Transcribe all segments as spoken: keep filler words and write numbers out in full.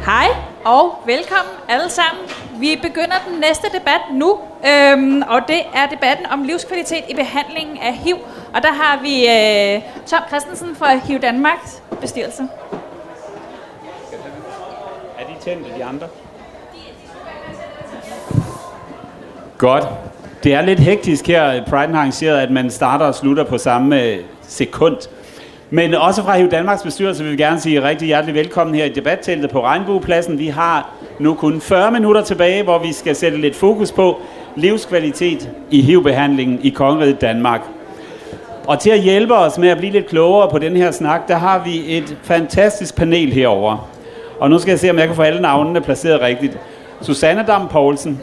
Hej og velkommen alle sammen. Vi begynder den næste debat nu, øhm, og det er debatten om livskvalitet i behandlingen af H I V. Og der har vi øh, Tom Christensen fra H I V Danmarks bestyrelse. Er de tændte, de andre? Godt. Det er lidt hektisk her. Pride har arrangeret, at man starter og slutter på samme sekund. Men også fra H I V Danmarks bestyrelse vil vi gerne sige rigtig hjertelig velkommen her i debatteltet på Regnbuepladsen. Vi har nu kun fyrre minutter tilbage, hvor vi skal sætte lidt fokus på livskvalitet i H I V-behandlingen i Kongeriget Danmark. Og til at hjælpe os med at blive lidt klogere på den her snak, der har vi et fantastisk panel herovre. Og nu skal jeg se, om jeg kan få alle navnene placeret rigtigt. Susanne Dam Poulsen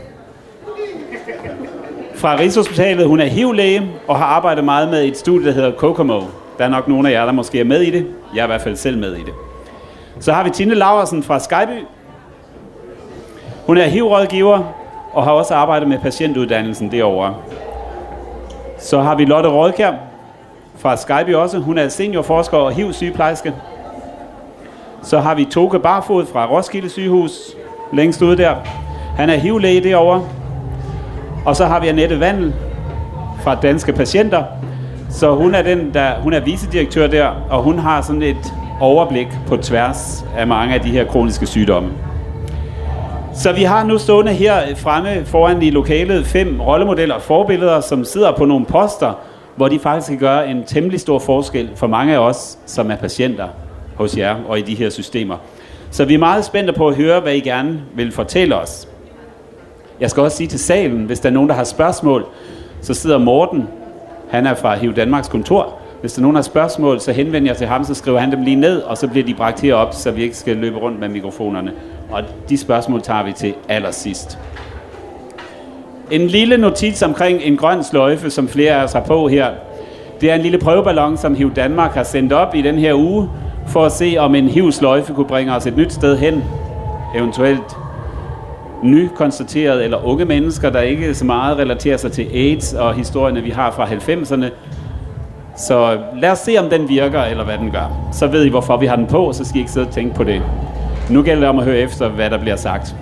fra Rigshospitalet. Hun er H I V-læge og har arbejdet meget med et studie, der hedder COCOMO. Der er nok nogle af jer, der måske er med i det. Jeg er i hvert fald selv med i det. Så har vi Tine Laursen fra Skejby. Hun er H I V-rådgiver og har også arbejdet med patientuddannelsen derovre. Så har vi Lotte Rådkjær fra Skejby også. Hun er seniorforsker og H I V-sygeplejerske. Så har vi Toke Barfod fra Roskilde Sygehus, længst ude der. Han er H I V-læge derovre. Og så har vi Annette Vandel fra Danske Patienter. Så hun er den der, hun er vicedirektør der, og hun har sådan et overblik på tværs af mange af de her kroniske sygdomme. Så vi har nu stående her fremme foran i lokalet fem rollemodeller og forbilleder, som sidder på nogle poster, hvor de faktisk kan gøre en temmelig stor forskel for mange af os, som er patienter hos jer og i de her systemer. Så vi er meget spændte på at høre, hvad I gerne vil fortælle os. Jeg skal også sige til salen, hvis der er nogen, der har spørgsmål, så sidder Morten. Han er fra H I V Danmarks kontor. Hvis der er nogen, der har spørgsmål, så henvender jeg til ham, så skriver han dem lige ned, og så bliver de bragt herop, så vi ikke skal løbe rundt med mikrofonerne. Og de spørgsmål tager vi til allersidst. En lille notits omkring en grøn sløjfe, som flere af os har på her. Det er en lille prøveballon, som H I V Danmark har sendt op i den her uge, for at se, om en H I V-sløjfe kunne bringe os et nyt sted hen. Eventuelt nykonstateret eller unge mennesker, der ikke så meget relaterer sig til AIDS og historierne, vi har fra halvfemserne. Så lad os se, om den virker, eller hvad den gør. Så ved I, hvorfor vi har den på, så skal I ikke sidde og tænke på det. Nu gælder det om at høre efter, hvad der bliver sagt.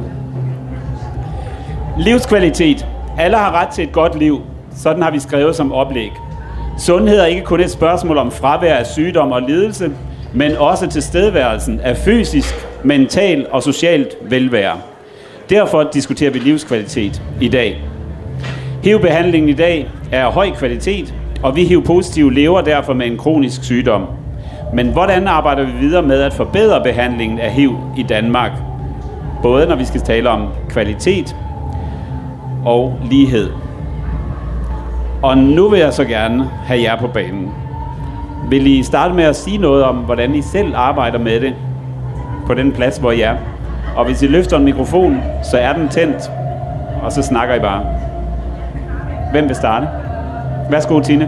Livskvalitet. Alle har ret til et godt liv. Sådan har vi skrevet som oplæg. Sundhed er ikke kun et spørgsmål om fravær af sygdom og lidelse, men også tilstedeværelsen af fysisk, mental og socialt velvære. Derfor diskuterer vi livskvalitet i dag. H I V-behandlingen i dag er af høj kvalitet, og vi H I V-positive lever derfor med en kronisk sygdom. Men hvordan arbejder vi videre med at forbedre behandlingen af H I V i Danmark? Både når vi skal tale om kvalitet og lighed. Og nu vil jeg så gerne have jer på banen. Vil I starte med at sige noget om, hvordan I selv arbejder med det på den plads, hvor I er? Og hvis I løfter en mikrofon, så er den tændt, og så snakker I bare. Hvem vil starte? Værsgo, Tine.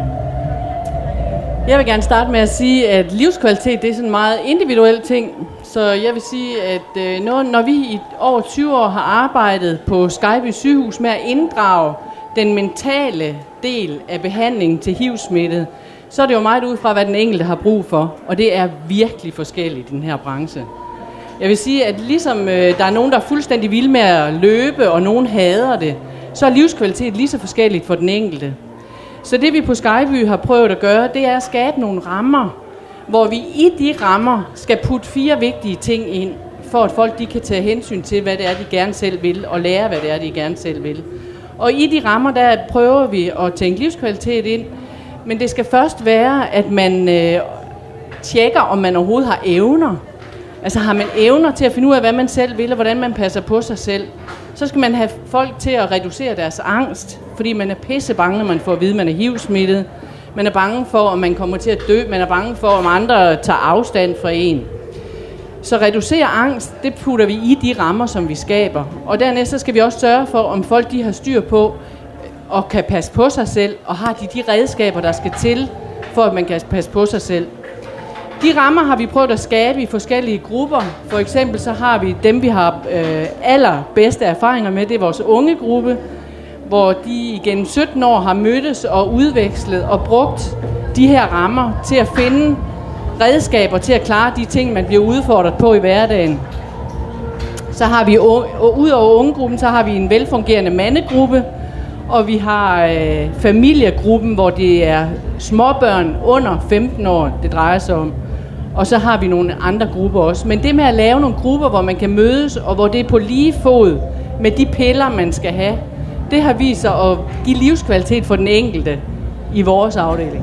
Jeg vil gerne starte med at sige, at livskvalitet det er sådan en meget individuel ting. Så jeg vil sige, at øh, når, når vi i over tyve år har arbejdet på Skejby Sygehus med at inddrage den mentale del af behandlingen til H I V-smittet, så er det jo meget ud fra, hvad den enkelte har brug for. Og det er virkelig forskelligt i den her branche. Jeg vil sige, at ligesom øh, der er nogen, der er fuldstændig vilde med at løbe, og nogen hader det, så er livskvalitet lige så forskelligt for den enkelte. Så det vi på Skejby har prøvet at gøre, det er at skabe nogle rammer, hvor vi i de rammer skal putte fire vigtige ting ind, for at folk de kan tage hensyn til, hvad det er, de gerne selv vil, og lære, hvad det er, de gerne selv vil. Og i de rammer, der prøver vi at tænke livskvalitet ind, men det skal først være, at man øh, tjekker, om man overhovedet har evner. Altså har man evner til at finde ud af, hvad man selv vil, og hvordan man passer på sig selv. Så skal man have folk til at reducere deres angst, fordi man er pisse bange, når man får at vide, at man er H I V-smittet. Man er bange for, om man kommer til at dø. Man er bange for, om andre tager afstand fra en. Så reducere angst, det putter vi i de rammer, som vi skaber. Og dernæst så skal vi også sørge for, om folk de har styr på og kan passe på sig selv, og har de de redskaber, der skal til, for at man kan passe på sig selv. De rammer har vi prøvet at skabe i forskellige grupper. For eksempel så har vi dem, vi har øh, allerbedste erfaringer med. Det er vores unge gruppe, hvor de igen sytten år har mødtes og udvekslet og brugt de her rammer til at finde redskaber til at klare de ting, man bliver udfordret på i hverdagen. Så har vi, ud over ungegruppen, så har vi en velfungerende mandegruppe, og vi har øh, familiegruppen, hvor det er småbørn under femten år, det drejer sig om. Og så har vi nogle andre grupper også. Men det med at lave nogle grupper, hvor man kan mødes, og hvor det er på lige fod med de piller, man skal have, det har vist sig at give livskvalitet for den enkelte i vores afdeling.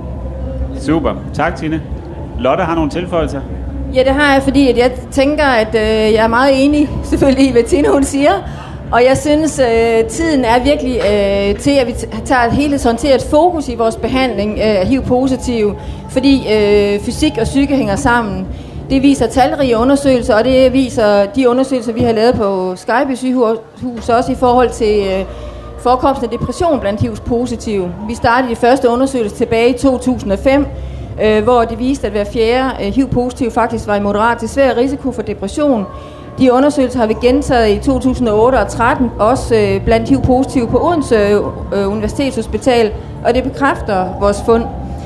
Super. Tak, Tine. Lotte har nogle tilføjelser. Ja, det har jeg, fordi at jeg tænker, at øh, jeg er meget enig selvfølgelig i, hvad Tine hun siger. Og jeg synes, øh, tiden er virkelig øh, til, at vi tager et helhedshåndteret fokus i vores behandling af H I V-positive, fordi øh, fysik og psyke hænger sammen. Det viser talrige undersøgelser, og det viser de undersøgelser, vi har lavet på Skejby sygehus, også i forhold til øh, forekomsten af depression blandt H I V-positive. Vi startede de første undersøgelser tilbage i to tusind og fem, øh, hvor det viste, at hver fjerde øh, H I V-positive faktisk var i moderat til svær risiko for depression. De undersøgelser har vi gentaget i to tusind og otte og tretten, også øh, blandt H I V-positive på Odense øh, Universitetshospital, og det bekræfter vores fund.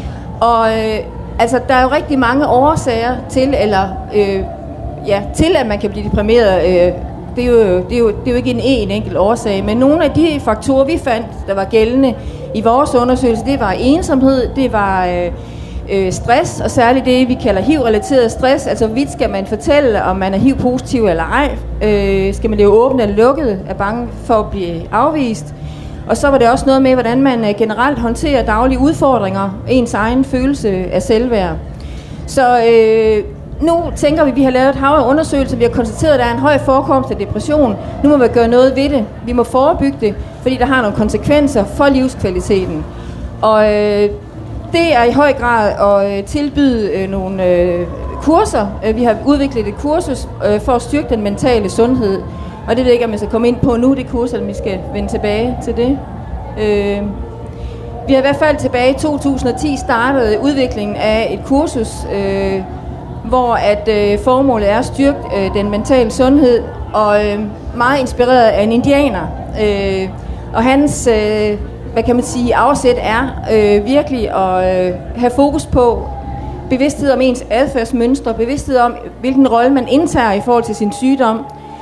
Og øh, altså, der er jo rigtig mange årsager til, eller, øh, ja, til at man kan blive deprimeret. Øh, det, er jo, det, er jo, det er jo ikke en, en enkelt årsag, men nogle af de faktorer, vi fandt, der var gældende i vores undersøgelse, det var ensomhed, det var øh, øh, stress, og særligt det, vi kalder H I V-relateret stress. Altså, vidt skal man fortælle, om man er H I V-positiv eller ej? Øh, skal man leve åbent eller lukket? Er bange for at blive afvist? Og så var det også noget med, hvordan man generelt håndterer daglige udfordringer, ens egen følelse af selvværd. Så øh, nu tænker vi, at vi har lavet et hav af undersøgelser, vi har konstateret, at der er en høj forekomst af depression. Nu må vi gøre noget ved det. Vi må forebygge det, fordi der har nogle konsekvenser for livskvaliteten. Og øh, det er i høj grad at tilbyde øh, nogle øh, kurser. Vi har udviklet et kursus øh, for at styrke den mentale sundhed. Og det ved jeg ikke, om jeg skal komme ind på nu, det kurs, eller om vi skal vende tilbage til det. Øh, vi har i hvert fald tilbage i to tusind og ti startet udviklingen af et kursus, øh, hvor at øh, formålet er at styrke øh, den mentale sundhed, og øh, meget inspireret af en indianer. Øh, og hans, øh, hvad kan man sige, afsæt er øh, virkelig at øh, have fokus på bevidsthed om ens adfærdsmønstre, bevidsthed om, hvilken rolle man indtager i forhold til sin sygdom.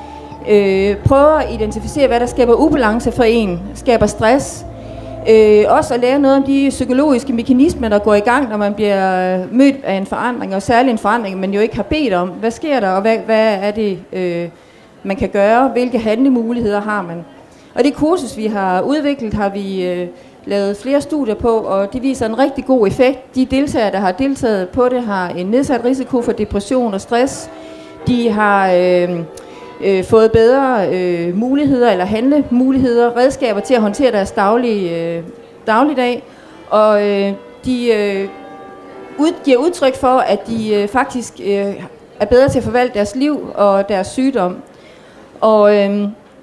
Øh, prøver at identificere, hvad der skaber ubalance for en, skaber stress. Øh, også at lære noget om de psykologiske mekanismer, der går i gang, når man bliver mødt af en forandring, og særlig en forandring, man jo ikke har bedt om. Hvad sker der, og hvad, hvad er det, øh, man kan gøre? Hvilke handlemuligheder har man? Og det kursus, vi har udviklet, har vi øh, lavet flere studier på, og det viser en rigtig god effekt. De deltagere, der har deltaget på det, har en nedsat risiko for depression og stress. De har øh, øh, fået bedre øh, muligheder, eller handlemuligheder, redskaber til at håndtere deres daglige, øh, dagligdag. Og øh, de øh, ud, giver udtryk for, at de øh, faktisk øh, er bedre til at forvalte deres liv og deres sygdom. Og, øh,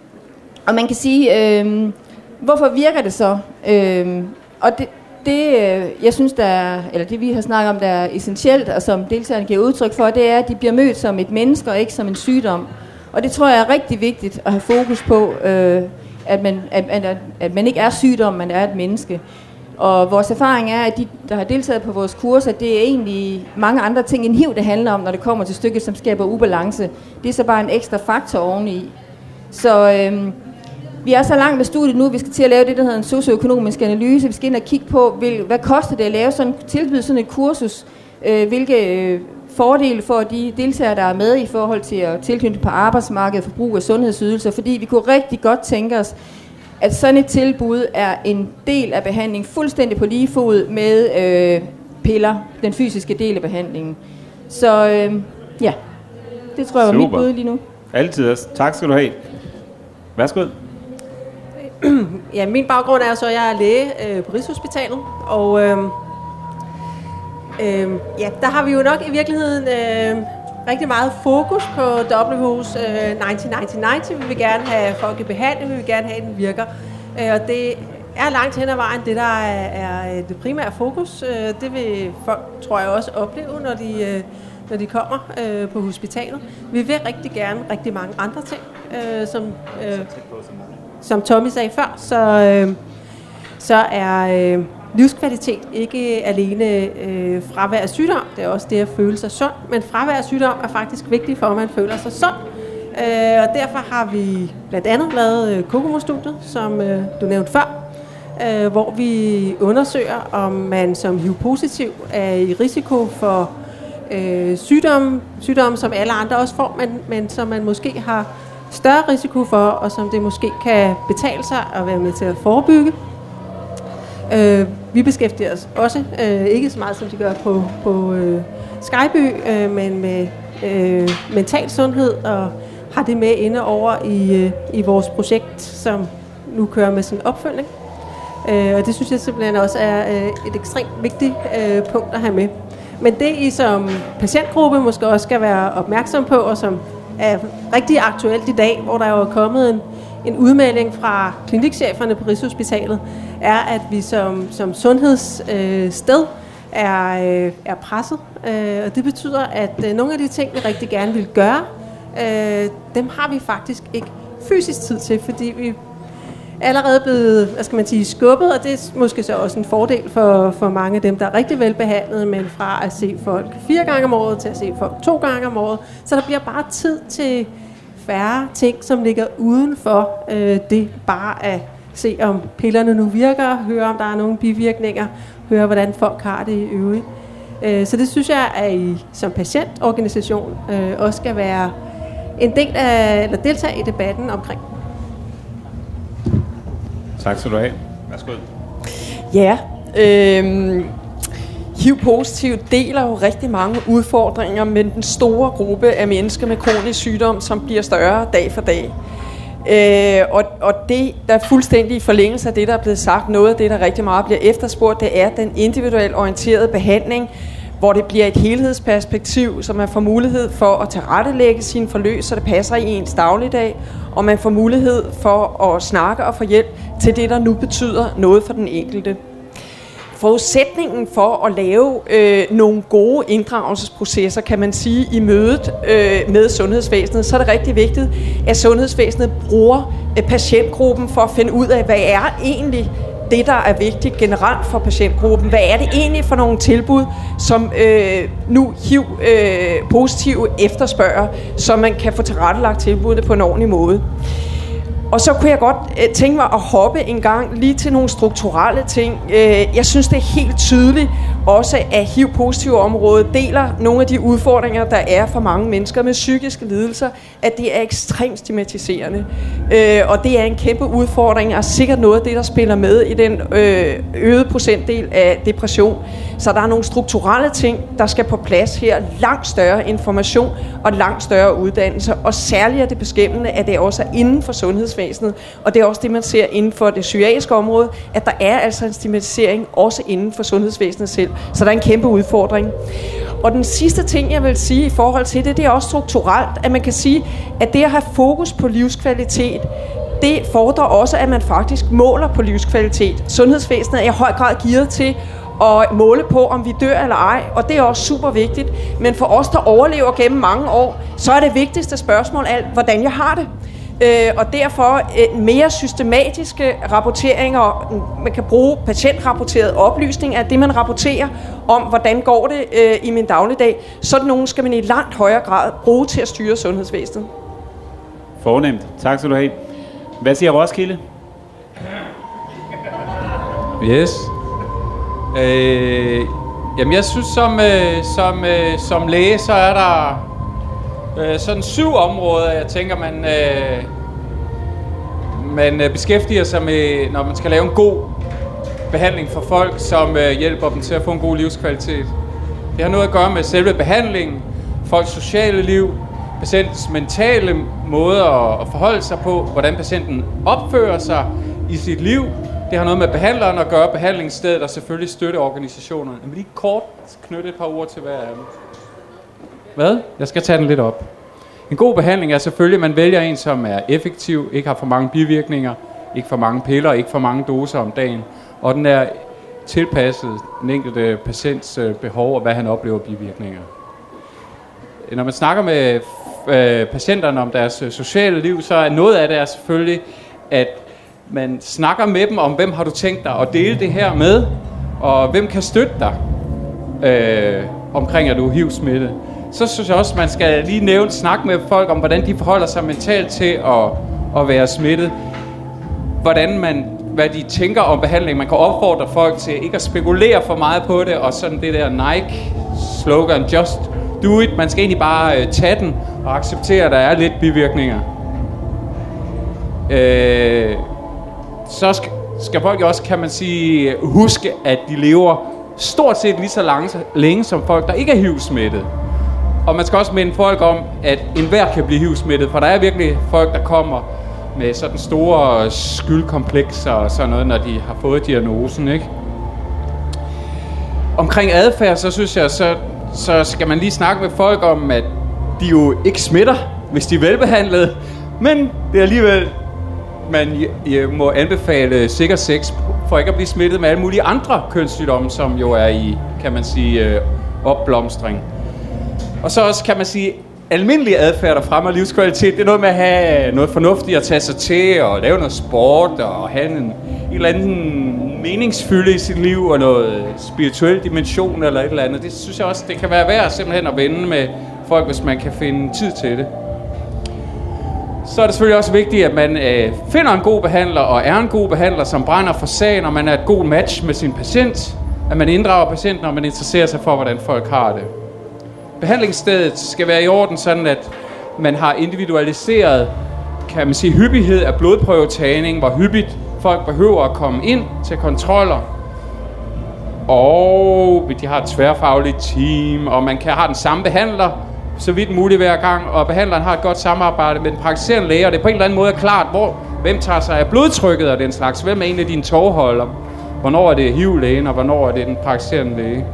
og man kan sige, øh, hvorfor virker det så? Øh, og det, det, øh, jeg synes, der er, eller det vi har snakket om, der er essentielt, og som deltagerne giver udtryk for, det er, at de bliver mødt som et menneske, og ikke som en sygdom. Og det tror jeg er rigtig vigtigt at have fokus på, øh, at, man, at, at, at man ikke er sygdom, man er et menneske. Og vores erfaring er, at de, der har deltaget på vores kurser, det er egentlig mange andre ting end H I V, det handler om, når det kommer til stykket, som skaber ubalance. Det er så bare en ekstra faktor oveni. Så øh, vi er så langt med studiet nu, vi skal til at lave det, der hedder en socioøkonomisk analyse. Vi skal ind og kigge på, hvil, hvad koster det at lave sådan, tilbyde sådan et kursus, øh, hvilke øh, fordele for de deltagere, der er med i forhold til at tilknytte på arbejdsmarkedet, forbrug af sundhedsydelser, fordi vi kunne rigtig godt tænke os, at sådan et tilbud er en del af behandlingen fuldstændig på lige fod med øh, piller, den fysiske del af behandlingen. Så øh, ja, det tror jeg var mit bud lige nu. Altid også. Tak skal du have. Værsgo. Ja, min baggrund er så, at jeg er læge øh, på Rigshospitalet, og øh, øh, ja, der har vi jo nok i virkeligheden øh, rigtig meget fokus på W H's øh, halvtreds halvtreds halvtreds. Vi vil gerne have folk i behandling, vi vil gerne have, at den virker. Øh, og det er langt hen ad vejen det, der er, er det primære fokus. Øh, det vil folk, tror jeg, også opleve, når de, øh, når de kommer øh, på hospitalet. Vi vil rigtig gerne rigtig mange andre ting, øh, som, øh, som Tommy sagde før, så, øh, så er øh, livskvalitet ikke alene øh, fravær af sygdom. Det er også det at føle sig sund, men fravær af sygdom er faktisk vigtigt for, at man føler sig sund. Øh, og derfor har vi blandt andet lavet øh, COCOMO-studiet, som øh, du nævnte før, øh, hvor vi undersøger, om man som H I V-positiv er i risiko for øh, sygdomme, sygdomme, som alle andre også får, men, men som man måske har større risiko for, og som det måske kan betale sig at være med til at forebygge. Øh, vi beskæftiger os også, øh, ikke så meget som de gør på, på øh, Skyby, øh, men med øh, mental sundhed, og har det med inde over i, øh, i vores projekt, som nu kører med sin opfølgning. Øh, og det synes jeg simpelthen også er øh, et ekstremt vigtigt øh, punkt at have med. Men det I som patientgruppe måske også skal være opmærksom på, og som er rigtig aktuelt i dag, hvor der jo er kommet en, en udmelding fra klinikcheferne på Rigshospitalet, er, at vi som, som sundhedssted øh, er, øh, er presset. Øh, og det betyder, at øh, nogle af de ting, vi rigtig gerne vil gøre, øh, dem har vi faktisk ikke fysisk tid til, fordi vi allerede blevet, hvad skal man sige, skubbet, og det er måske så også en fordel for, for mange af dem, der er rigtig velbehandlet, men fra at se folk fire gange om året til at se folk to gange om året. Så der bliver bare tid til færre ting, som ligger uden for øh, det bare at se, om pillerne nu virker, høre, om der er nogle bivirkninger, høre, hvordan folk har det i øvrigt. Øh, så det synes jeg, at I som patientorganisation øh, også skal være en del af, eller deltage i debatten omkring. Tak skal du have. Værsgo. Ja, øh, H I V-positiv deler jo rigtig mange udfordringer med den store gruppe af mennesker med kronisk sygdom, som bliver større dag for dag. Øh, og, og det, der er fuldstændig i forlængelse af det, der er blevet sagt, noget af det, der rigtig meget bliver efterspurgt, det er den individuelt orienterede behandling, hvor det bliver et helhedsperspektiv, så man får mulighed for at tilrettelægge sine forløb, så det passer i ens dagligdag, og man får mulighed for at snakke og få hjælp til det, der nu betyder noget for den enkelte. Forudsætningen for at lave øh, nogle gode inddragelsesprocesser, kan man sige, i mødet øh, med sundhedsvæsenet, så er det rigtig vigtigt, at sundhedsvæsenet bruger øh, patientgruppen for at finde ud af, hvad er egentlig det, der er vigtigt generelt for patientgruppen. Hvad er det egentlig for nogle tilbud, som øh, nu H I V-positive øh, efterspørger, så man kan få tilrettelagt tilbudene på en ordentlig måde. Og så kunne jeg godt øh, tænke mig at hoppe en gang lige til nogle strukturelle ting. Øh, jeg synes, det er helt tydeligt også, at H I V-positive område deler nogle af de udfordringer, der er for mange mennesker med psykiske lidelser, at det er ekstremt stigmatiserende. Øh, og det er en kæmpe udfordring, og sikkert noget af det, der spiller med i den øh, øgede procentdel af depression. Så der er nogle strukturelle ting, der skal på plads her. Langt større information og langt større uddannelse. Og særligt er det beskæmmende, at det også er inden for sundhedsvæsenet. Og det er også det, man ser inden for det psykiatriske område, at der er altså en stigmatisering også inden for sundhedsvæsenet selv. Så der er en kæmpe udfordring. Og den sidste ting, jeg vil sige i forhold til det, det er også strukturelt, at man kan sige, at det at have fokus på livskvalitet, det fordrer også, at man faktisk måler på livskvalitet. Sundhedsvæsenet er i høj grad gearet til at måle på, om vi dør eller ej, og det er også super vigtigt. Men for os, der overlever gennem mange år, så er det vigtigste spørgsmål alt, hvordan jeg har det. Øh, og derfor øh, mere systematiske rapporteringer, man kan bruge patientrapporteret oplysning af det, man rapporterer om, hvordan går det øh, i min dagligdag. Sådan nogle skal man i langt højere grad bruge til at styre sundhedsvæsenet. Fornemt. Tak skal du have. Hvad siger Roskilde? Yes. Øh, jamen jeg synes, som, øh, som, øh, som læge, så er der øh, sådan syv områder, jeg tænker, man, øh, man øh, beskæftiger sig med, når man skal lave en god behandling for folk, som øh, hjælper dem til at få en god livskvalitet. Det har noget at gøre med selve behandlingen, folks sociale liv, patientens mentale måde at forholde sig på, hvordan patienten opfører sig i sit liv. Det har noget med behandleren at gøre, behandlingsstedet og selvfølgelig støtteorganisationerne. Jeg vil lige kort knytte et par ord til hver af dem. Hvad? Jeg skal tage den lidt op. En god behandling er selvfølgelig, at man vælger en, som er effektiv, ikke har for mange bivirkninger, ikke for mange piller, ikke for mange doser om dagen. Og den er tilpasset den enkelte patients behov og hvad han oplever bivirkninger. Når man snakker med øh, patienterne om deres sociale liv, så er noget af det er selvfølgelig, at man snakker med dem om, hvem har du tænkt dig at dele det her med, og hvem kan støtte dig øh, omkring, at du er H I V-smittet. så synes jeg også, man skal lige nævne, snakke med folk om, hvordan de forholder sig mentalt til at, at være smittet. Hvordan man, hvad de tænker om behandling. Man kan opfordre folk til ikke at spekulere for meget på det, og sådan det der Nike-slogan, just do it. Man skal egentlig bare øh, tage den og acceptere, at der er lidt bivirkninger. Øh, så skal, skal folk jo også, kan man sige, huske, at de lever stort set lige så lange, længe som folk, der ikke er H I V-smittet. Og man skal også minde folk om, at enhver kan blive H I V-smittet, for der er virkelig folk, der kommer med sådan store skyldkomplekser og sådan noget, når de har fået diagnosen, ikke? Omkring adfærd, så synes jeg, så, så skal man lige snakke med folk om, at de jo ikke smitter, hvis de er velbehandlet, men det er alligevel, man må anbefale sikker sex for ikke at blive smittet med alle mulige andre kønssygdomme, som jo er i, kan man sige, opblomstring. Og så også, kan man sige, almindelig adfærd, der fremmer livskvalitet, det er noget med at have noget fornuftigt at tage sig til, og lave noget sport, og have en, en eller anden meningsfylde i sit liv, og noget spirituel dimension, eller et eller andet. Det synes jeg også, det kan være værd simpelthen at vende med folk, hvis man kan finde tid til det. Så er det selvfølgelig også vigtigt, at man øh, finder en god behandler, og er en god behandler, som brænder for sagen, og man er et god match med sin patient. At man inddrager patienten, og man interesserer sig for, hvordan folk har det. Behandlingsstedet skal være i orden, sådan at man har individualiseret, kan man sige, hyppighed af blodprøvetagning, hvor hyppigt folk behøver at komme ind til kontroller. Og de har et tværfagligt team, og man kan have den samme behandler, så vidt muligt hver gang, og behandleren har et godt samarbejde med den praktiserende læge, og det er på en eller anden måde klart, hvor, hvem tager sig af blodtrykket og den slags, hvem er en af dine tovholder, hvornår er det H I V-lægen, og hvornår er det den praktiserende læge.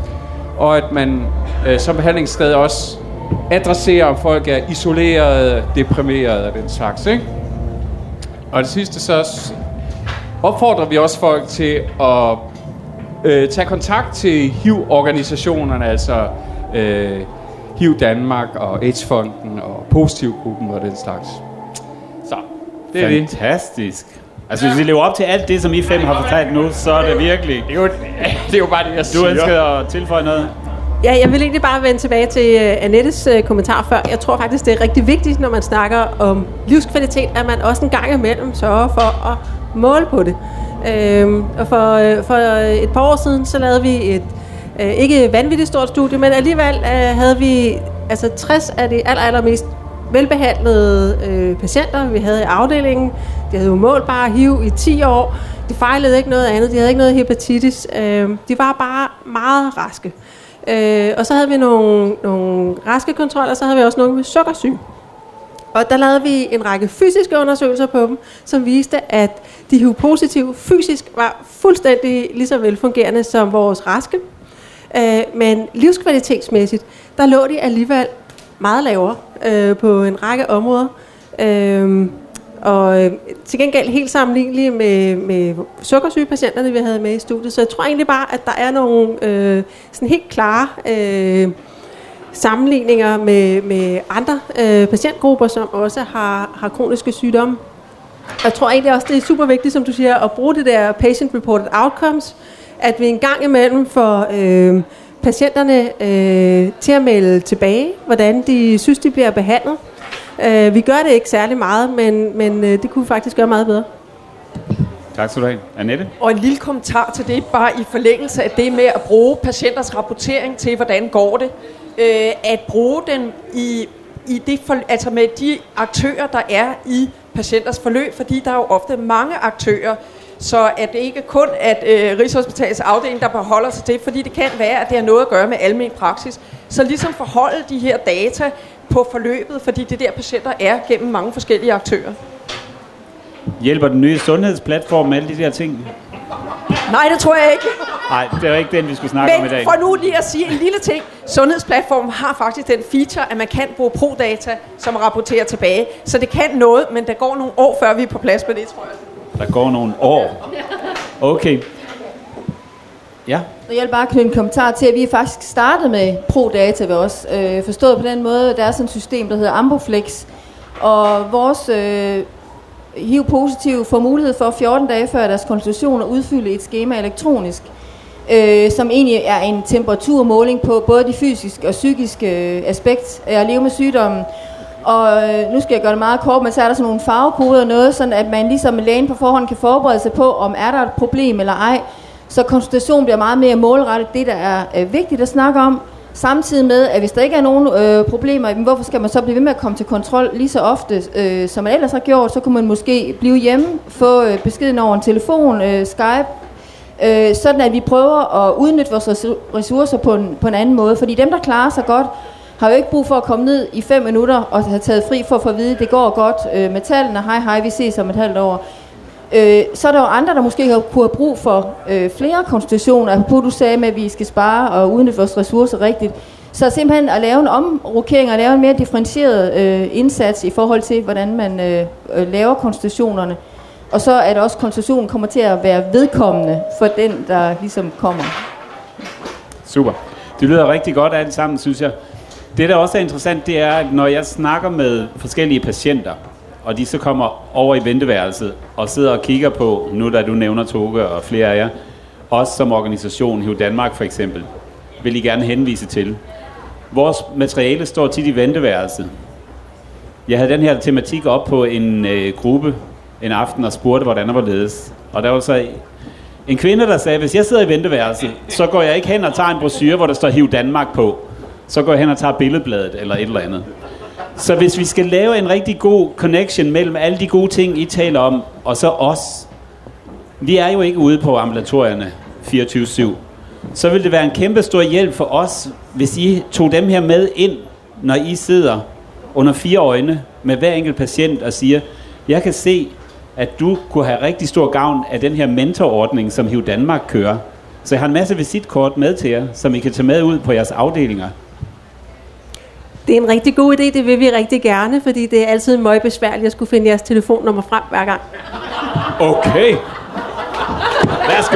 Og at man øh, som behandlingssted også adresserer, om folk er isoleret, deprimeret og den slags, ikke? Og det sidste, så opfordrer vi også folk til at øh, tage kontakt til H I V-organisationerne, altså øh, H I V Danmark og AIDS-fonden og Positivgruppen og den slags. Så, det er det. Fantastisk. Altså, hvis I lever op til alt det, som I fem har fortalt nu, så er det virkelig... Det er jo, det er jo bare det, jeg siger. Du ønsker at tilføje noget? Ja, jeg vil egentlig bare vende tilbage til uh, Annettes uh, kommentar før. Jeg tror faktisk, det er rigtig vigtigt, når man snakker om livskvalitet, at man også en gang imellem sørger for at måle på det. Øhm, og for, uh, for et par år siden, så lavede vi et uh, ikke vanvittigt stort studie, men alligevel uh, havde vi altså tres af de aller, allermest velbehandlede øh, patienter, vi havde i afdelingen. De havde jo målbare H I V i ti år. De fejlede ikke noget andet. De havde ikke noget hepatitis. Øh, de var bare meget raske. Øh, og så havde vi nogle, nogle raske kontroller, så havde vi også nogle med sukkersyge. Og der lavede vi en række fysiske undersøgelser på dem, som viste, at de H I V-positive fysisk var fuldstændig lige så velfungerende som vores raske. Øh, men livskvalitetsmæssigt, der lå de alligevel meget lavere øh, på en række områder. Øh, og øh, til gengæld helt sammenlignelige med, med sukkersygepatienterne, vi havde med i studiet. Så jeg tror egentlig bare, at der er nogle øh, sådan helt klare øh, sammenligninger med, med andre øh, patientgrupper, som også har, har kroniske sygdomme. Jeg tror egentlig også, det er super vigtigt, som du siger, at bruge det der patient-reported outcomes, at vi en gang imellem får øh, patienterne øh, til at melde tilbage, hvordan de synes, de bliver behandlet. Øh, vi gør det ikke særlig meget, men, men øh, det kunne vi faktisk gøre meget bedre. Tak skal du have. Annette? Og en lille kommentar til det, bare i forlængelse af det med at bruge patienters rapportering til, hvordan går det. Øh, at bruge den i, i det for, altså med de aktører, der er i patienters forløb, fordi der er jo ofte mange aktører, så at det ikke kun at øh, Rigshospitalets afdeling, der beholder sig til, fordi det kan være, at det har noget at gøre med almen praksis. Så ligesom forholde de her data på forløbet, fordi det der patienter er gennem mange forskellige aktører. Hjælper den nye sundhedsplatform med alle de der ting? Nej, det tror jeg ikke. Nej, det er ikke den, vi skulle snakke Men om i dag. Men for nu lige at sige en lille ting. Sundhedsplatformen har faktisk den feature, at man kan bruge ProData, som rapporterer tilbage. Så det kan noget, men der går nogle år, før vi er på plads med det, tror jeg. Der går nogle år. Okay. Ja. Jeg vil bare knytte en kommentar til, at vi faktisk startede med ProData ved os. Øh, forstået på den måde, at der er sådan et system, der hedder Amboflex. Og vores øh, H I V-positive får mulighed for fjorten dage før deres konsultation at udfylde et skema elektronisk. øh, som egentlig er en temperaturmåling på både de fysiske og psykiske øh, aspekt af at leve med sygdommen. Og øh, nu skal jeg gøre det meget kort, men så er der sådan nogle farvekoder og noget, sådan at man ligesom med lægen på forhånd kan forberede sig på, om er der et problem eller ej. Så konsultation bliver meget mere målrettet, det der er øh, vigtigt at snakke om. Samtidig med, at hvis der ikke er nogen øh, problemer, hvorfor skal man så blive ved med at komme til kontrol lige så ofte, øh, som man ellers har gjort, så kunne man måske blive hjemme, få øh, beskeden over en telefon, øh, Skype, øh, sådan at vi prøver at udnytte vores ressourcer på en, på en anden måde. Fordi dem, der klarer sig godt, har jo ikke brug for at komme ned i fem minutter og have taget fri for at få at vide, at det går godt øh, med tallene, hej hej, vi ses om et halvt år. Øh, så er der jo andre, der måske har, kunne have brug for øh, flere konsultationer, på du sagde med, at vi skal spare og udnytte vores ressourcer rigtigt. Så simpelthen at lave en omrokering og lave en mere differentieret øh, indsats i forhold til, hvordan man øh, øh, laver konsultationerne. Og så er det også, at konsultationen kommer til at være vedkommende for den, der ligesom kommer. Super. Det lyder rigtig godt alt sammen, synes jeg. Det, der også er interessant, det er, at når jeg snakker med forskellige patienter, og de så kommer over i venteværelset og sidder og kigger på, nu da du nævner Toge og flere af jer, også som organisation, H I V Danmark for eksempel, vil I gerne henvise til. Vores materiale står tit i venteværelset. Jeg havde den her tematik op på en øh, gruppe en aften og spurgte, hvordan der var ledes. Og der var så en kvinde, der sagde, hvis jeg sidder i venteværelset, så går jeg ikke hen og tager en brochure, hvor der står H I V Danmark på. Så går jeg hen og tager billedbladet eller et eller andet. Så hvis vi skal lave en rigtig god connection mellem alle de gode ting, I taler om, og så os. Vi er jo ikke ude på ambulatorierne fireogtyve syv. Så vil det være en kæmpe stor hjælp for os, hvis I tog dem her med ind, når I sidder under fire øjne med hver enkelt patient og siger, jeg kan se, at du kunne have rigtig stor gavn af den her mentorordning, som H I V Danmark kører. Så jeg har en masse visitkort med til jer, som I kan tage med ud på jeres afdelinger. Det er en rigtig god idé, det vil vi rigtig gerne, fordi det er altid meget besværligt at skulle finde jeres telefonnummer frem hver gang. Okay. Værsgo.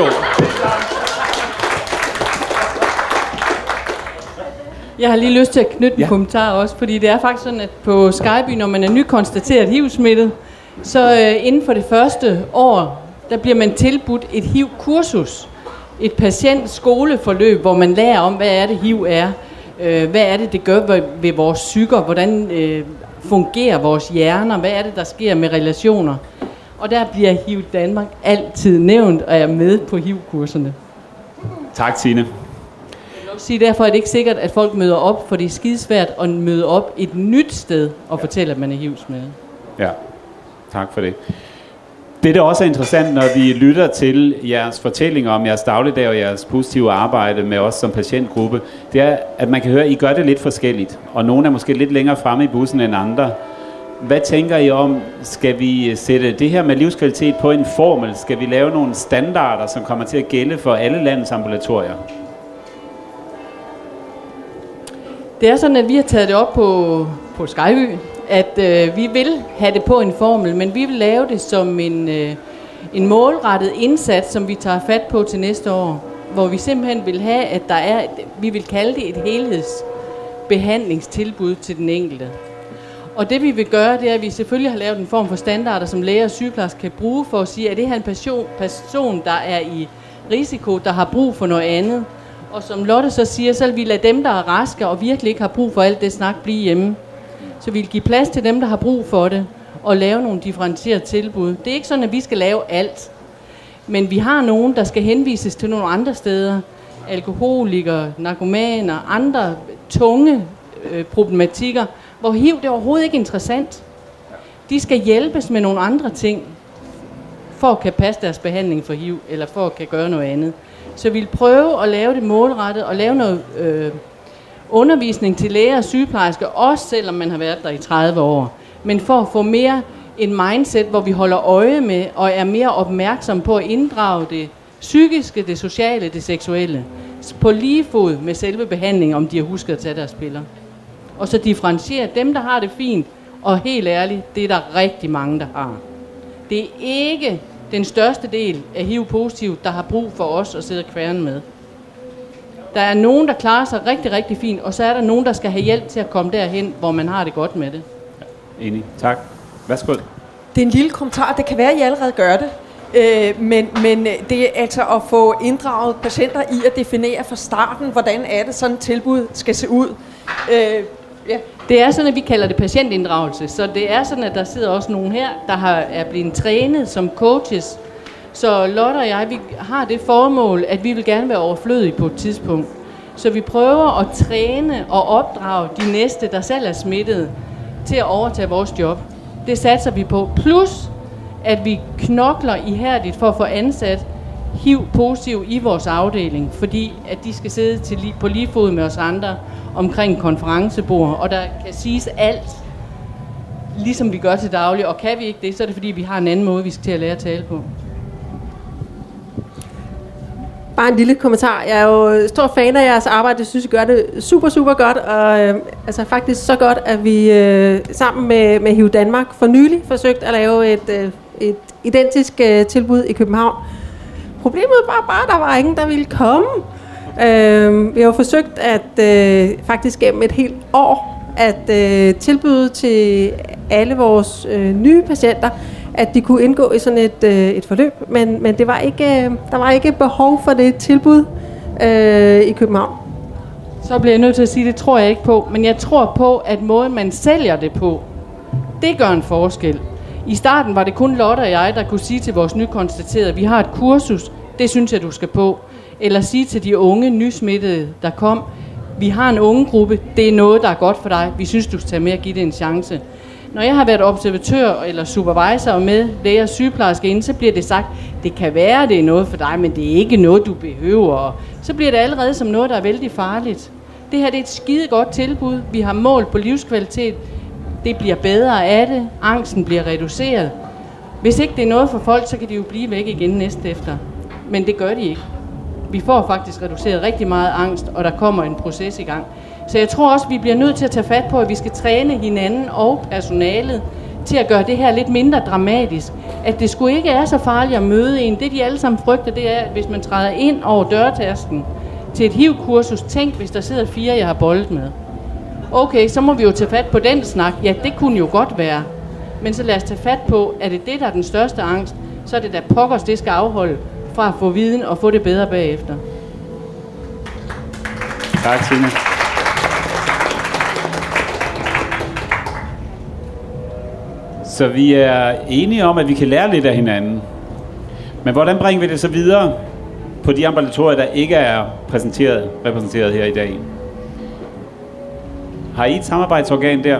Jeg har lige lyst til at knytte en ja. kommentar også, fordi det er faktisk sådan, at på Skyby, når man er nykonstateret H I V-smittet, så øh, inden for det første år, der bliver man tilbudt et H I V-kursus. Et patientskoleforløb, hvor man lærer om, hvad er det H I V er. Øh, hvad er det, det gør ved, ved vores psyker? Hvordan øh, fungerer vores hjerner? Hvad er det, der sker med relationer? Og der bliver H I V Danmark altid nævnt, og er med på H I V-kurserne. Tak, Tine. Jeg vil sige, derfor er det ikke sikkert, at folk møder op, for det er skidesvært at møde op et nyt sted og fortælle, at man er H I V-smittet. Ja, tak for det. Det, der også er interessant, når vi lytter til jeres fortællinger om jeres dagligdag og jeres positive arbejde med os som patientgruppe, det er, at man kan høre, at I gør det lidt forskelligt, og nogle er måske lidt længere fremme i bussen end andre. Hvad tænker I om, skal vi sætte det her med livskvalitet på en formel? Skal vi lave nogle standarder, som kommer til at gælde for alle landets ambulatorier? Det er sådan, at vi har taget det op på, på Skyby, at øh, vi vil have det på en formel, men vi vil lave det som en, øh, en målrettet indsats, som vi tager fat på til næste år, hvor vi simpelthen vil have, at der er, vi vil kalde det et helhedsbehandlingstilbud til den enkelte. Og det vi vil gøre, det er, at vi selvfølgelig har lavet en form for standarder, som læger og sygeplejersker kan bruge for at sige, at det her en person, person, der er i risiko, der har brug for noget andet. Og som Lotte så siger, så vil vi lade dem, der er raske og virkelig ikke har brug for alt det snak, blive hjemme. Så vi vil give plads til dem, der har brug for det, og lave nogle differentierede tilbud. Det er ikke sådan, at vi skal lave alt. Men vi har nogen, der skal henvises til nogle andre steder. Alkoholikere, narkomaner, andre tunge øh, problematikker, hvor H I V det er overhovedet ikke interessant. De skal hjælpes med nogle andre ting, for at kan passe deres behandling for H I V, eller for at kan gøre noget andet. Så vi vil prøve at lave det målrettet, og lave noget øh, undervisning til læger og sygeplejersker, også selvom man har været der i tredive år. Men for at få mere en mindset, hvor vi holder øje med, og er mere opmærksom på at inddrage det psykiske, det sociale, det seksuelle, på lige fod med selve behandlingen, om de har husket at tage deres piller. Og så differentiere dem, der har det fint, og helt ærligt, det er der rigtig mange, der har. Det er ikke den største del af H I V-positiv, der har brug for os at sidde og kværne med. Der er nogen, der klarer sig rigtig, rigtig fint, og så er der nogen, der skal have hjælp til at komme derhen, hvor man har det godt med det. Ja, enig. Tak. Værsgo. Det er en lille kommentar. Det kan være, at I allerede gør det. Øh, men, men det er altså at få inddraget patienter i at definere fra starten, hvordan er det sådan et tilbud skal se ud. Øh, ja. Det er sådan, at vi kalder det patientinddragelse, så det er sådan, at der sidder også nogen her, der har, er blevet trænet som coaches. Så Lotte og jeg, vi har det formål, at vi vil gerne være overflødige på et tidspunkt. Så vi prøver at træne og opdrage de næste, der selv er smittet, til at overtage vores job. Det satser vi på. Plus, at vi knokler ihærdigt for at få ansat H I V-positiv i vores afdeling, fordi at de skal sidde til li- på lige fod med os andre omkring konferencebord, og der kan siges alt, ligesom vi gør til daglig, og kan vi ikke det, så er det fordi, vi har en anden måde, vi skal til at lære at tale på. Bare en lille kommentar. Jeg er jo stor fan af jeres arbejde. Jeg synes, I gør det super, super godt. Og øh, altså faktisk så godt, at vi øh, sammen med, med H I V Danmark for nylig forsøgt at lave et, øh, et identisk øh, tilbud i København. Problemet var bare, at der var ingen, der ville komme. Øh, vi har jo forsøgt at øh, faktisk gennem et helt år at øh, tilbyde til alle vores øh, nye patienter, at de kunne indgå i sådan et, øh, et forløb, men, men det var ikke, øh, der var ikke behov for det tilbud øh, i København. Så bliver jeg nødt til at sige, det tror jeg ikke på, men jeg tror på, at måden man sælger det på, det gør en forskel. I starten var det kun Lotte og jeg, der kunne sige til vores nykonstaterede, vi har et kursus, det synes jeg, du skal på. Eller sige til de unge nysmittede, der kom, vi har en ungegruppe, det er noget, der er godt for dig, vi synes, du skal tage med og give det en chance. Når jeg har været observatør eller supervisor med læger og sygeplejersker inde, så bliver det sagt, det kan være, det er noget for dig, men det er ikke noget, du behøver. Så bliver det allerede som noget, der er vældig farligt. Det her det er et skide godt tilbud. Vi har mål på livskvalitet. Det bliver bedre af det. Angsten bliver reduceret. Hvis ikke det er noget for folk, så kan de jo blive væk igen næste efter. Men det gør de ikke. Vi får faktisk reduceret rigtig meget angst, og der kommer en proces i gang. Så jeg tror også, vi bliver nødt til at tage fat på, at vi skal træne hinanden og personalet til at gøre det her lidt mindre dramatisk. At det sgu ikke er så farligt at møde en. Det de alle sammen frygter, det er, at hvis man træder ind over dørtasken til et H I V-kursus, tænk hvis der sidder fire, jeg har boldet med. Okay, så må vi jo tage fat på den snak. Ja, det kunne jo godt være. Men så lad os tage fat på, at det er det, der er den største angst, så er det da pokkers, det skal afholde fra at få viden og få det bedre bagefter. Tak, Signe. Så vi er enige om, at vi kan lære lidt af hinanden. Men hvordan bringer vi det så videre på de ambulatorier, der ikke er præsenteret, repræsenteret her i dag? Har I et samarbejdsorgan der?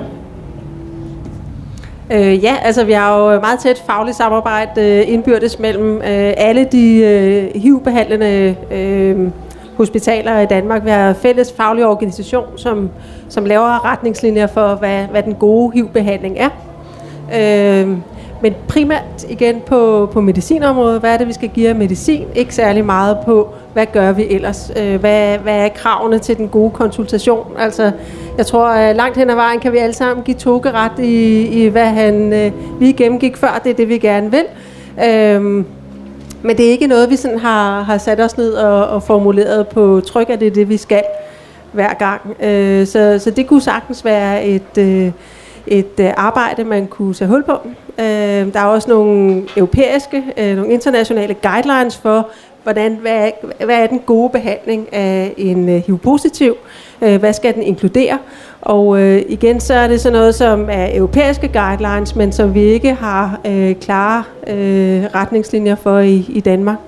Øh, ja, altså vi har jo meget tæt fagligt samarbejde øh, indbyrdes mellem øh, alle de øh, H I V-behandlende øh, hospitaler i Danmark. Vi har en fælles faglig organisation, som, som laver retningslinjer for, hvad, hvad den gode H I V-behandling er. Øh, men primært igen på, på medicinområdet, hvad er det, vi skal give af medicin? Ikke særlig meget på, hvad gør vi ellers? Øh, hvad, hvad er kravene til den gode konsultation? Altså, jeg tror, langt hen ad vejen kan vi alle sammen give Toge ret i, i hvad han øh, lige gennemgik før. Det er det, vi gerne vil. Øh, men det er ikke noget, vi sådan har, har sat os ned og, og formuleret på tryk, at det er det, vi skal hver gang. Øh, så, så det kunne sagtens være et... Øh, et øh, arbejde, man kunne tage hul på. Øh, der er også nogle europæiske, øh, nogle internationale guidelines for, hvordan, hvad, hvad er den gode behandling af en øh, H I V-positiv? Øh, hvad skal den inkludere? Og øh, igen, så er det sådan noget, som er europæiske guidelines, men som vi ikke har øh, klare øh, retningslinjer for i, i Danmark.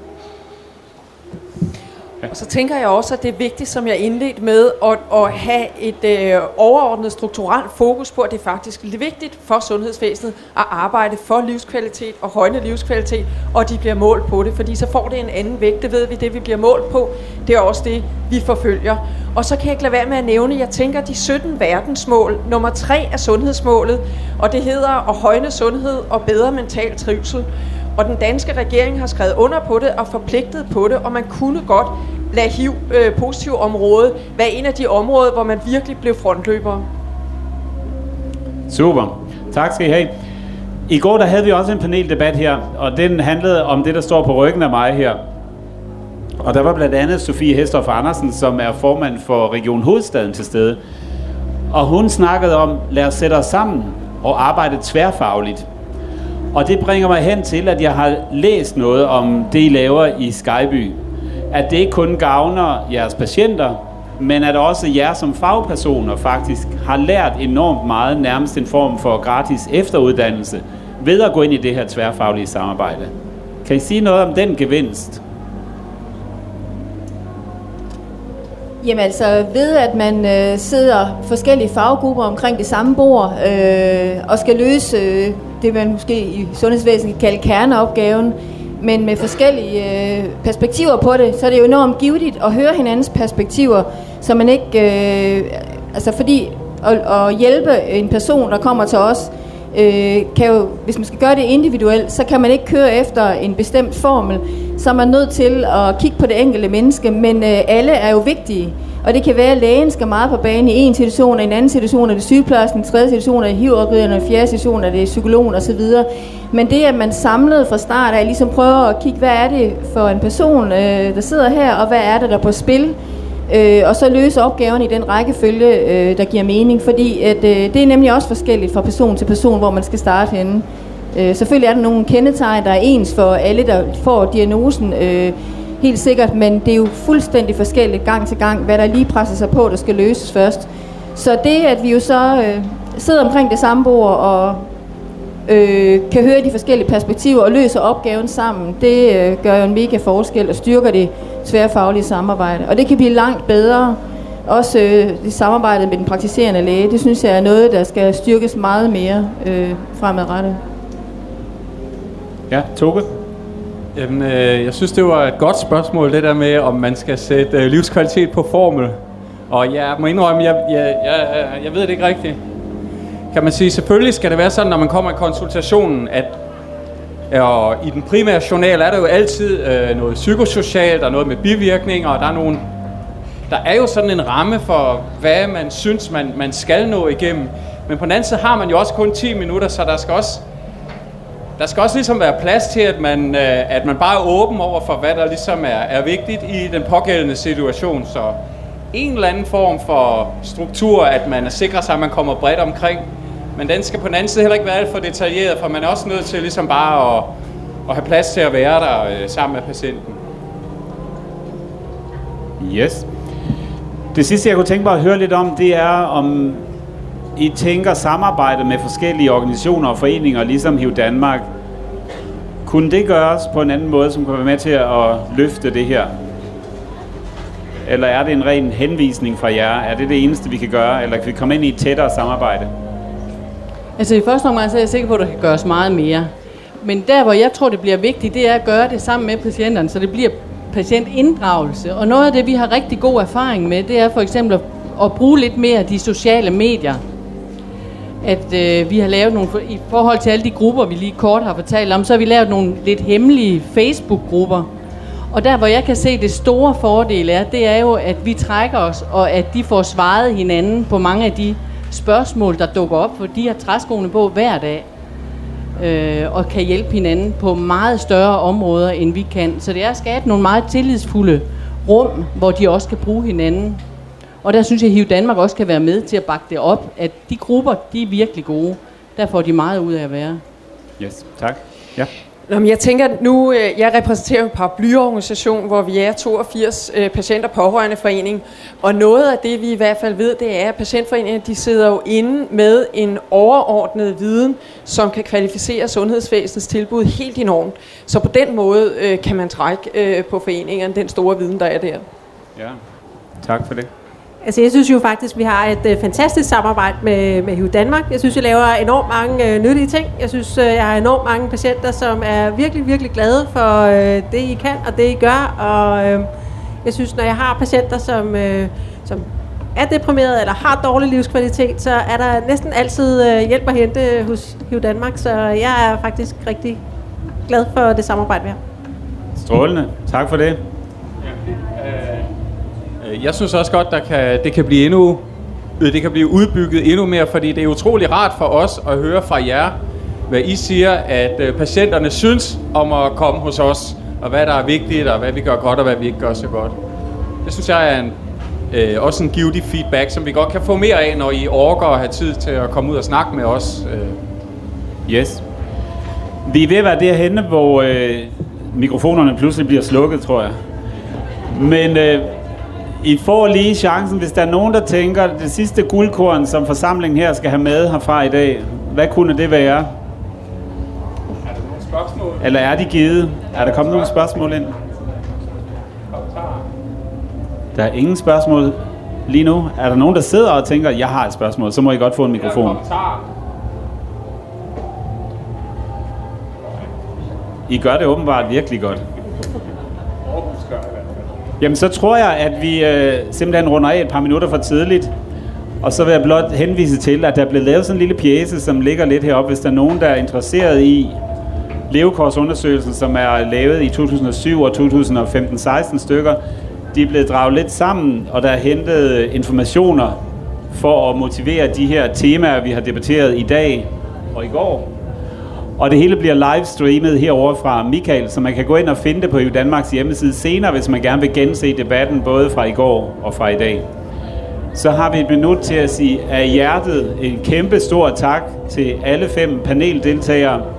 Og så tænker jeg også, at det er vigtigt, som jeg indledte med, at, at have et øh, overordnet strukturelt fokus på, at det er faktisk vigtigt for sundhedsvæsenet at arbejde for livskvalitet og højne livskvalitet, og de bliver målt på det, fordi så får det en anden vægt. Det ved vi, det vi bliver målt på, det er også det, vi forfølger. Og så kan jeg ikke lade være med at nævne, jeg tænker, de sytten verdensmål, nummer tre er sundhedsmålet, og det hedder at højne sundhed og bedre mental trivsel. Og den danske regering har skrevet under på det og forpligtet på det, og man kunne godt lade H I V-positiv område være en af de områder, hvor man virkelig blev frontløbere. Super. Tak skal I have. I går der havde vi også en paneldebat her, og den handlede om det, der står på ryggen af mig her. Og der var blandt andet Sofie Hestorff Andersen, som er formand for Region Hovedstaden til stede. Og hun snakkede om, lad os sætte os sammen og arbejde tværfagligt. Og det bringer mig hen til, at jeg har læst noget om det, I laver i Skyby. At det ikke kun gavner jeres patienter, men at også jer som fagpersoner faktisk har lært enormt meget, nærmest en form for gratis efteruddannelse, ved at gå ind i det her tværfaglige samarbejde. Kan I sige noget om den gevinst? Jamen altså, ved at man øh, sidder forskellige faggrupper omkring det samme bord, øh, og skal løse øh, det, man måske i sundhedsvæsenet kan kalde kerneopgaven, men med forskellige øh, perspektiver på det, så er det jo enormt givetigt at høre hinandens perspektiver, så man ikke, øh, altså fordi at, at hjælpe en person, der kommer til os, øh, kan jo, hvis man skal gøre det individuelt, så kan man ikke køre efter en bestemt formel, så er man nødt til at kigge på det enkelte menneske, men øh, alle er jo vigtige. Og det kan være, at lægen skal meget på banen i en situation, og i en anden situation er det sygeplejersken, i en tredje situation er det H I V-rådgiveren, og i en fjerde situation er det psykologen osv. Men det, at man samlet fra start af ligesom prøver at kigge, hvad er det for en person, øh, der sidder her, og hvad er det, der er på spil, øh, og så løse opgaven i den rækkefølge, øh, der giver mening. Fordi at, øh, det er nemlig også forskelligt fra person til person, hvor man skal starte henne. Øh, selvfølgelig er der nogle kendetegn, der er ens for alle, der får diagnosen, øh, helt sikkert, men det er jo fuldstændig forskelligt gang til gang, hvad der lige presser sig på, der skal løses først. Så det, at vi jo så øh, sidder omkring det samme bord og øh, kan høre de forskellige perspektiver og løser opgaven sammen, det øh, gør jo en mega forskel og styrker det tværfaglige samarbejde. Og det kan blive langt bedre. Også øh, det samarbejde med den praktiserende læge, det synes jeg er noget, der skal styrkes meget mere øh, fremadrettet. Ja, Toge? Jamen, øh, jeg synes, det var et godt spørgsmål, det der med, om man skal sætte øh, livskvalitet på formel. Og jeg må indrømme, jeg, jeg, jeg, jeg ved det ikke rigtigt. Kan man sige, selvfølgelig skal det være sådan, når man kommer i konsultationen, at og i den primære journal er der jo altid øh, noget psykosocialt og noget med bivirkninger, og der er nogle, der er jo sådan en ramme for, hvad man synes, man, man skal nå igennem. Men på den anden side har man jo også kun ti minutter, så der skal også Der skal også ligesom være plads til, at man, øh, at man bare er åben over for, hvad der ligesom er, er vigtigt i den pågældende situation. Så en eller anden form for struktur, at man sikrer sig, at man kommer bredt omkring. Men den skal på den anden side heller ikke være alt for detaljeret, for man er også nødt til ligesom bare at, at have plads til at være der øh, sammen med patienten. Yes. Det sidste, jeg kunne tænke mig at høre lidt om, det er, om I tænker samarbejde med forskellige organisationer og foreninger, ligesom H I V Danmark. Kunne det gøres på en anden måde, som kan være med til at løfte det her? Eller er det en ren henvisning fra jer? Er det det eneste, vi kan gøre? Eller kan vi komme ind i et tættere samarbejde? Altså i første omgang så er jeg sikker på, at der kan gøres meget mere. Men der, hvor jeg tror, det bliver vigtigt, det er at gøre det sammen med patienterne, så det bliver patientinddragelse. Og noget af det, vi har rigtig god erfaring med, det er for eksempel at, at bruge lidt mere de sociale medier. At øh, vi har lavet nogle, i forhold til alle de grupper, vi lige kort har fortalt om, så har vi lavet nogle lidt hemmelige Facebook-grupper. Og der, hvor jeg kan se det store fordel er, det er jo, at vi trækker os, og at de får svaret hinanden på mange af de spørgsmål, der dukker op, for de har træskoene på hver dag, øh, og kan hjælpe hinanden på meget større områder, end vi kan. Så det er at skabe nogle meget tillidsfulde rum, hvor de også kan bruge hinanden. Og der synes jeg, at H I V Danmark også kan være med til at bakke det op, at de grupper, de er virkelig gode. Der får de meget ud af at være. Yes, tak. Ja. Nå, men jeg tænker nu, jeg repræsenterer en paraplyorganisation, hvor vi er toogfirs øh, patient- og pårørendeforening, og noget af det, vi i hvert fald ved, det er, at patientforeningerne, de sidder jo inde med en overordnet viden, som kan kvalificere sundhedsvæsenets tilbud helt enormt. Så på den måde øh, kan man trække øh, på foreningerne den store viden, der er der. Ja, tak for det. Altså, jeg synes jo faktisk, vi har et øh, fantastisk samarbejde med, med H I V Danmark. Jeg synes, jeg laver enormt mange øh, nyttige ting. Jeg synes, øh, jeg har enormt mange patienter, som er virkelig, virkelig glade for øh, det, I kan og det, I gør. Og øh, jeg synes, når jeg har patienter, som, øh, som er deprimeret eller har dårlig livskvalitet, så er der næsten altid øh, hjælp at hente hos H I V Danmark. Så jeg er faktisk rigtig glad for det samarbejde, vi har. Strålende. Tak for det. Jeg synes også godt, der kan, det kan blive endnu, det kan blive udbygget endnu mere, fordi det er utrolig rart for os at høre fra jer, hvad I siger, at øh, patienterne synes om at komme hos os, og hvad der er vigtigt, og hvad vi gør godt, og hvad vi ikke gør så godt. Det synes jeg er en, øh, også en givtig feedback, som vi godt kan få mere af, når I orker at have tid til at komme ud og snakke med os. Øh. Yes. Vi er ved at være derhenne, hvor øh, mikrofonerne pludselig bliver slukket, tror jeg. Men øh, I får lige chancen, hvis der er nogen, der tænker, det sidste guldkorn, som forsamlingen her skal have med herfra i dag, hvad kunne det være? Er der nogle spørgsmål? Eller er de givet? Er der kommet nogle spørgsmål ind? Der er ingen spørgsmål lige nu. Er der nogen, der sidder og tænker, jeg har et spørgsmål, så må I godt få en mikrofon. I gør det åbenbart virkelig godt. Jamen, så tror jeg, at vi øh, simpelthen runder af et par minutter for tidligt. Og så vil jeg blot henvise til, at der er blevet lavet sådan en lille pjece, som ligger lidt heroppe, hvis der er nogen, der er interesseret i levekorsundersøgelsen, som er lavet i to tusind og syv og to tusind og femten seksten stykker. De er blevet draget lidt sammen, og der er hentet informationer for at motivere de her temaer, vi har debatteret i dag og i går. Og det hele bliver livestreamet herovre fra Michael, så man kan gå ind og finde det på E U Danmarks hjemmeside senere, hvis man gerne vil gense debatten både fra i går og fra i dag. Så har vi et minut til at sige af hjertet en kæmpe stor tak til alle fem paneldeltagere.